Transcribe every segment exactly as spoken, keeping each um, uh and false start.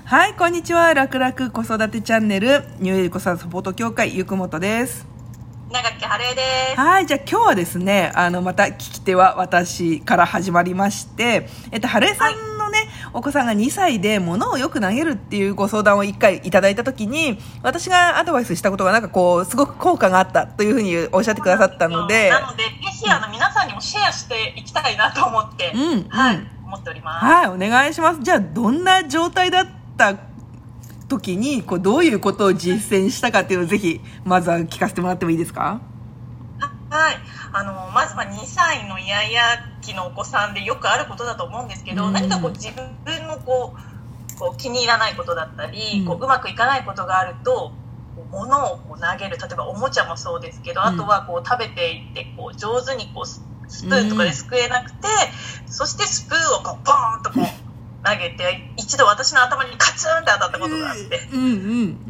はい、こんにちは。楽々子育てチャンネルニューエリ子育てサポート協会ゆくもとです。 長木晴恵です。 はい、じゃあ今日はですね、あのまた聞き手は私から始まりまして、えっと晴恵さんのね、はい、お子さんがにさいで物をよく投げるっていうご相談をいっかいいただいたときに、私がアドバイスしたことがなんかこうすごく効果があったというふうにおっしゃってくださったので、 なのでぜひあの皆さんにもシェアしていきたいなと思って、 うん、 はい、 うん、 思っております。 はい、お願いします。じゃあどんな状態だった時にこうどういうことを実践したかっていうのをぜひまずは聞かせてもらってもいいですか？ はい、あのまずはにさいのイヤイヤ期のお子さんでよくあることだと思うんですけど、うん、何かこう自分のこう、こう気に入らないことだったり、うん、こううまくいかないことがあると物をこう投げる、例えばおもちゃもそうですけど、うん、あとはこう食べていってこう上手にこうスプーンとかですくえなくて、うん、そしてスプーンをこうボーンとこう投げて一度私の頭にカツンって当たったことがあって、 うんうん、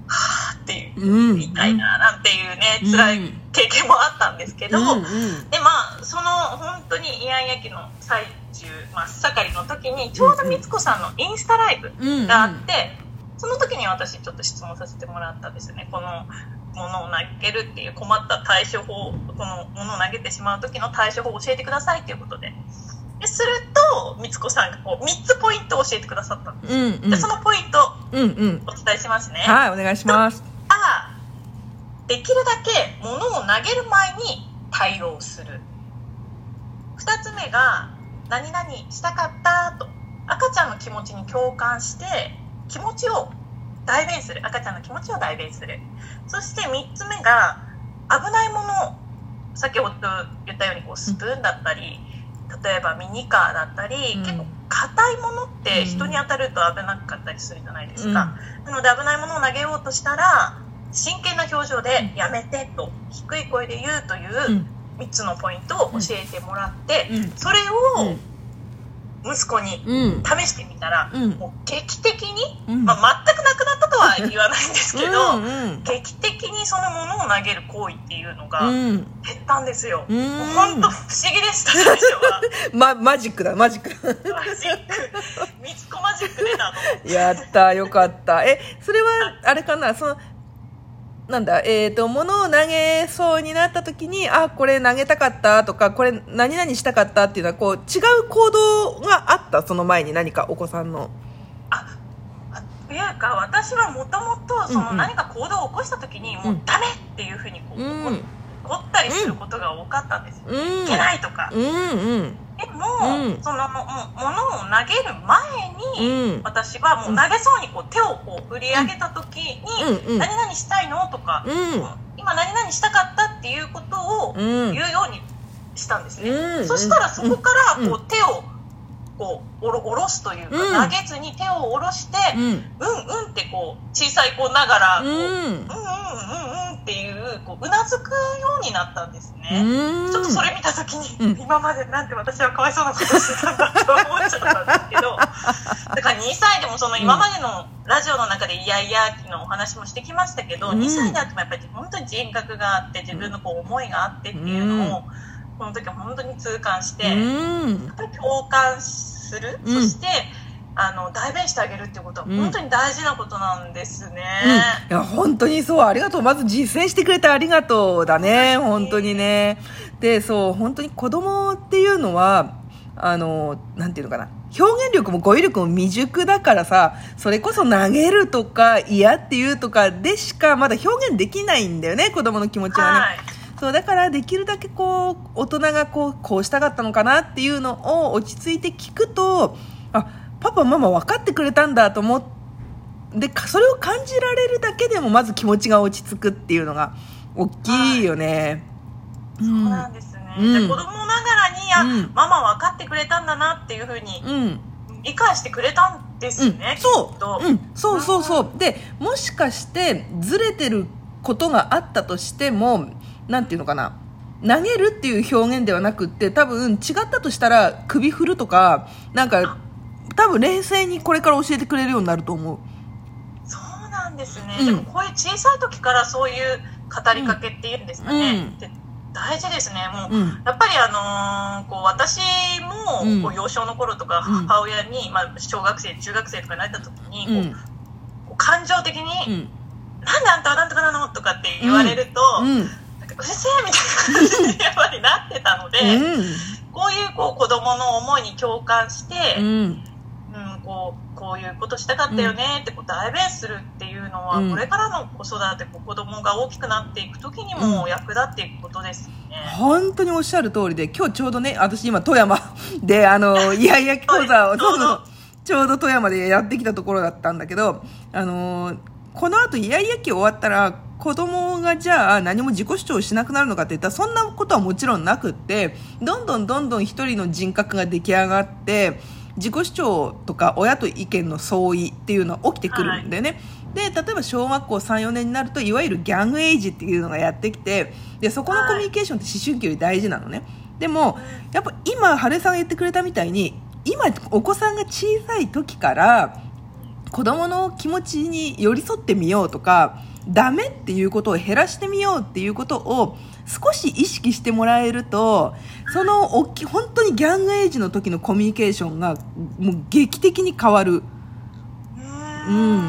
はぁっていう、うん、痛いななんていうね、うん、辛い経験もあったんですけど、うんうん、でまあその本当にイヤイヤ期の最中真っ盛りの時にちょうどみつこさんのインスタライブがあって、うんうん、その時に私ちょっと質問させてもらったんですよね。この物を投げるっていう困った対処法、この物を投げてしまう時の対処法を教えてくださいということで。でするとみつこさんがこうみっつポイントを教えてくださったんです、うんうん、でそのポイントお伝えしますね、 うんうん、はい、お願いします。 あできるだけ物を投げる前に対応する。ふたつめが何々したかったと赤ちゃんの気持ちに共感して気持ちを代弁する。赤ちゃんの気持ちを代弁する。そしてみっつめが危ないもの、先ほど言ったようにこうスプーンだったり、うん例えばミニカーだったり、うん、結構硬いものって人に当たると危なかったりするじゃないですか、うん、なので危ないものを投げようとしたら真剣な表情でやめてと低い声で言うというみっつのポイントを教えてもらって、うん、それを息子に試してみたら、うん、もう劇的に、うんまあ、全くなくなったとは言わないんですけどうん、劇的にそのものを投げる行為っていうのが減ったんですよ、うん、もう本当不思議でした最初はま、マジックだマジックマジックみつこマジック出たのやったよかったえそれはあれかなそのなんだえーと物を投げそうになった時にあこれ投げたかったとかこれ何々したかったっていうのはこう違う行動があった。その前に何かお子さんのあというか私はもともとその何か行動を起こした時に、うんうん、もうダメっていうふうにこう、うん、怒ったりすることが多かったんですよ、うん、いけないとか、うんうん、でも、うん、そのも物を投げる前に、うん、私はもう投げそうにこう手をこう振り上げた時に、うん、何々したいのとか、うん、今何々したかったっていうことを言うようにしたんですね、うん、そしたらそこからこう手をこう下ろすというか、うん、投げずに手を下ろして、うん、うんうんってこう小さい子ながらこう、うん、うんうんうんうんっていうこううなずくようになったんですね、うん、ちょっとそれ見た時に、うん、今までなんて私はかわいそうなことしてたんだと思っちゃったんですけどだからにさいでもその今までのラジオの中でイヤイヤ期のお話もしてきましたけど、うん、にさいであってもやっぱり本当に人格があって自分のこう思いがあってっていうのを、うんこの時は本当に痛感して、うん、やっぱり共感する、うん、そしてあの代弁してあげるっていうことは本当に大事なことなんですね、 うん、いや本当にそうありがとう。まず実践してくれてありがとうだね本当にね。でそう本当に子供っていうのはあのなんていうのかな表現力も語彙力も未熟だからさそれこそ投げるとか嫌っていうとかでしかまだ表現できないんだよね子供の気持ちはね、はいそうだからできるだけこう大人がこう、こうしたかったのかなっていうのを落ち着いて聞くとあパパママ分かってくれたんだと思ってそれを感じられるだけでもまず気持ちが落ち着くっていうのが大きいよね、 はい、そうなんですね、うん、で子供ながらに、うん、ママ分かってくれたんだなっていう風に、うん理解してくれたんですね、うん、 そう、うん、そうそうそうでもしかしてずれてることがあったとしてもなんていうのかな投げるっていう表現ではなくって多分違ったとしたら首振るとかなんか多分冷静にこれから教えてくれるようになると思う。 そうなんですね、うん、でもこういう小さい時からそういう語りかけっていうんですかね、うん、で大事ですねもう、うん、やっぱりあのー、こう私もこう幼少の頃とか母親に、まあ、小学生中学生とかになった時にこうこう感情的に、 うん、 なんであんたはなんとかなのとかって言われると、うんうん、なんかうるせえみたいな感じにやっぱりなってたので、うん、こういうこう子供の思いに共感して、うんうん、こうこういうことしたかったよねってこう代弁するっていうのは、うん、これからの子育てこう子供が大きくなっていく時にも役立っていくことですよね、 うん、本当におっしゃる通りで、今日ちょうどね、私今富山であのイヤイヤ期講座をちょうどちょうど富山でやってきたところだったんだけど、あのこの後イヤイヤ期終わったら子供がじゃあ何も自己主張しなくなるのかっていったら、そんなことはもちろんなくって、どんどんどんどん一人の人格が出来上がって、自己主張とか親と意見の相違っていうのは起きてくるんだよね、はい、で例えば小学校 さん,よ 年になるといわゆるギャングエイジっていうのがやってきて、でそこのコミュニケーションって思春期より大事なのね。でもやっぱ今春江さんが言ってくれたみたいに、今お子さんが小さい時から子供の気持ちに寄り添ってみようとか、ダメっていうことを減らしてみようっていうことを少し意識してもらえると、その大き本当にギャングエイジの時のコミュニケーションがもう劇的に変わる。うん、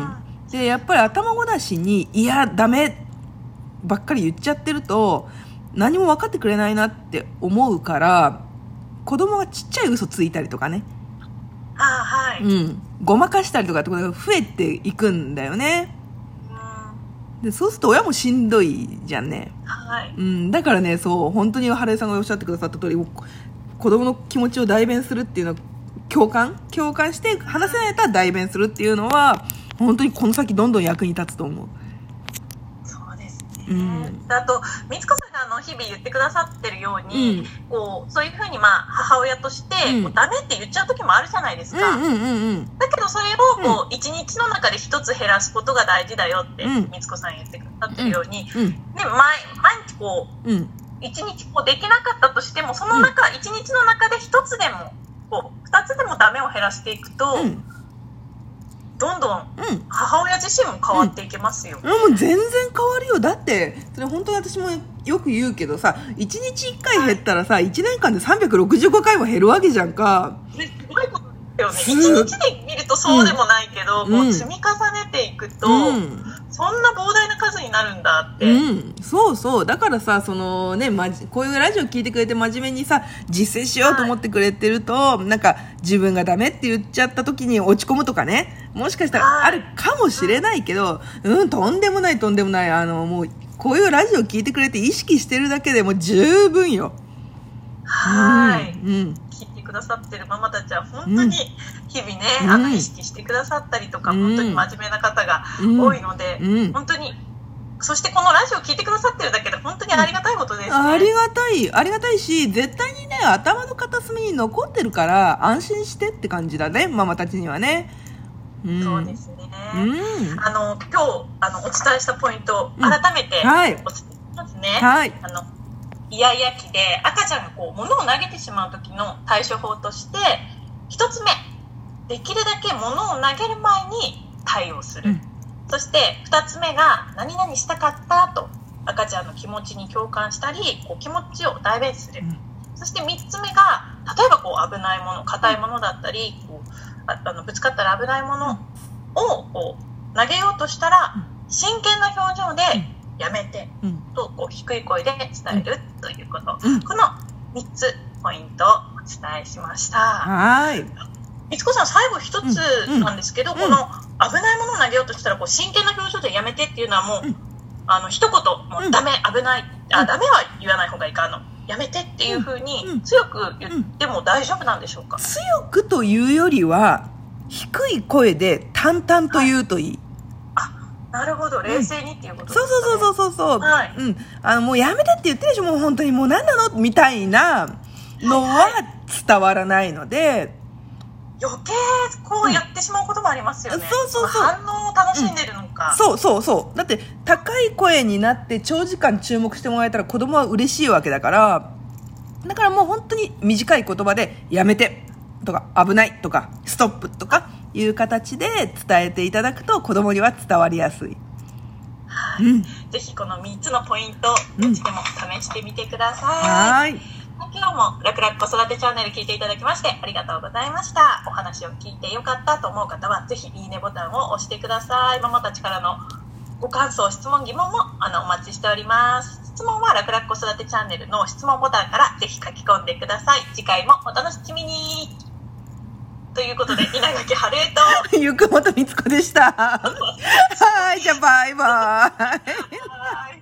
でやっぱり頭ごなしにいやダメばっかり言っちゃってると何も分かってくれないなって思うから、子供がちっちゃい嘘ついたりとかね、 あ、はい、 うん、ごまかしたりとかってことが増えていくんだよね。でそうすると親もしんどいじゃんね、 はい、 うん、だからね、そう本当に春江さんがおっしゃってくださった通り、子供の気持ちを代弁するっていうのは共感共感して話せないと代弁するっていうのは本当にこの先どんどん役に立つと思う。 そうですね、 うん、 あとみつこさんがあの日々言ってくださってるように、うん、こうそういうふうにまあ母親として、うん、こうダメって言っちゃう時もあるじゃないですか、うんうんうんうん、だけどそれをこう一、うん、日の中で一つ減らすことが大事だよってみつこさん言ってくださってるように、うんうん、で毎, 毎日こう、うん、一日こうできなかったとしても、その中、一、うん、日の中で一つでもこう二つでもダメを減らしていくと、うん、どんどん母親自身も変わっていけますよ、 うんうん、もう全然変わるよ。だってそれ本当に私もよく言うけどさ、いちにちいっかい減ったらさ、いちねんかんでさんびゃくろくじゅうごかいも減るわけじゃんか。 すごいことですよね。いちにちで見るとそうでもないけど、うん、こう積み重ねていくと、うん、そんな膨大な数になるんだって、 うん、そうそう。だからさ、そのね、まじこういうラジオ聞いてくれて真面目にさ実践しようと思ってくれてると、はい、なんか自分がダメって言っちゃった時に落ち込むとかね、もしかしたらあるかもしれないけど、うん、とんでもないとんでもない、あのもうこういうラジオ聞いてくれて意識してるだけでも十分よ。 はい、うん、聞いてくださってるママたちは本当に日々ね、うん、あの意識してくださったりとか、うん、本当に真面目な方が多いので、うん、本当に、そしてこのラジオ聞いてくださってるだけで本当にありがたいことですね、うん、 ありがたいありがたいし、絶対にね頭の片隅に残ってるから安心してって感じだね、ママたちにはね、 うん、そうですね、うん、あの今日あのお伝えしたポイントを改めてお伝えしますね、はい、あのイヤイヤ期で赤ちゃんがこう物を投げてしまう時の対処法として、一つ目、できるだけ物を投げる前に対応する、うん、そして二つ目が何々したかったと赤ちゃんの気持ちに共感したり、こう気持ちを代弁する、うん、そして三つ目が例えばこう危ないもの、硬いものだったり、こうああのぶつかったら危ないものをこう投げようとしたら、真剣な表情でやめて、うん、とこう低い声で伝えるということ、うん、このみっつポイントをお伝えしました。 はい。 みつこさん、最後一つなんですけど、うんうん、この危ないものを投げようとしたらこう真剣な表情でやめてっていうのはもう、うん、あの一言もうダメ、危ない、あ、ダメは言わない方がいいか、あのやめてっていう風に強く言っても大丈夫なんでしょうか？ 強くというよりは低い声で淡々と言うといい、はい、 あ、なるほど、冷静にっていうことですかね、 うん、そうそうそうそうそう、はい、うん、あのもうやめてって言ってるでしょ、もう本当にもう何なのみたいなのは伝わらないので、はいはい、 余計こうやってしまうこともありますよね、うん、 そうそうそう、 反応を楽しんでるのか、 うん、そうそうそう、だって高い声になって長時間注目してもらえたら子供は嬉しいわけだから、だからもう本当に短い言葉でやめてとか危ないとかストップとかいう形で伝えていただくと子供には伝わりやすい、 はい、うん、ぜひこのみっつのポイント、うちでも試してみてください。 はい。 今今日も楽々子育てチャンネル聞いていただきましてありがとうございました。お話を聞いてよかったと思う方はぜひいいねボタンを押してください。ママたちからのご感想、質問、疑問もあのお待ちしております。質問は楽々子育てチャンネルの質問ボタンからぜひ書き込んでください。次回もお楽しみに。ということで稲垣春江とゆくもとみつこでした。はい、じゃあバイバイ。 はい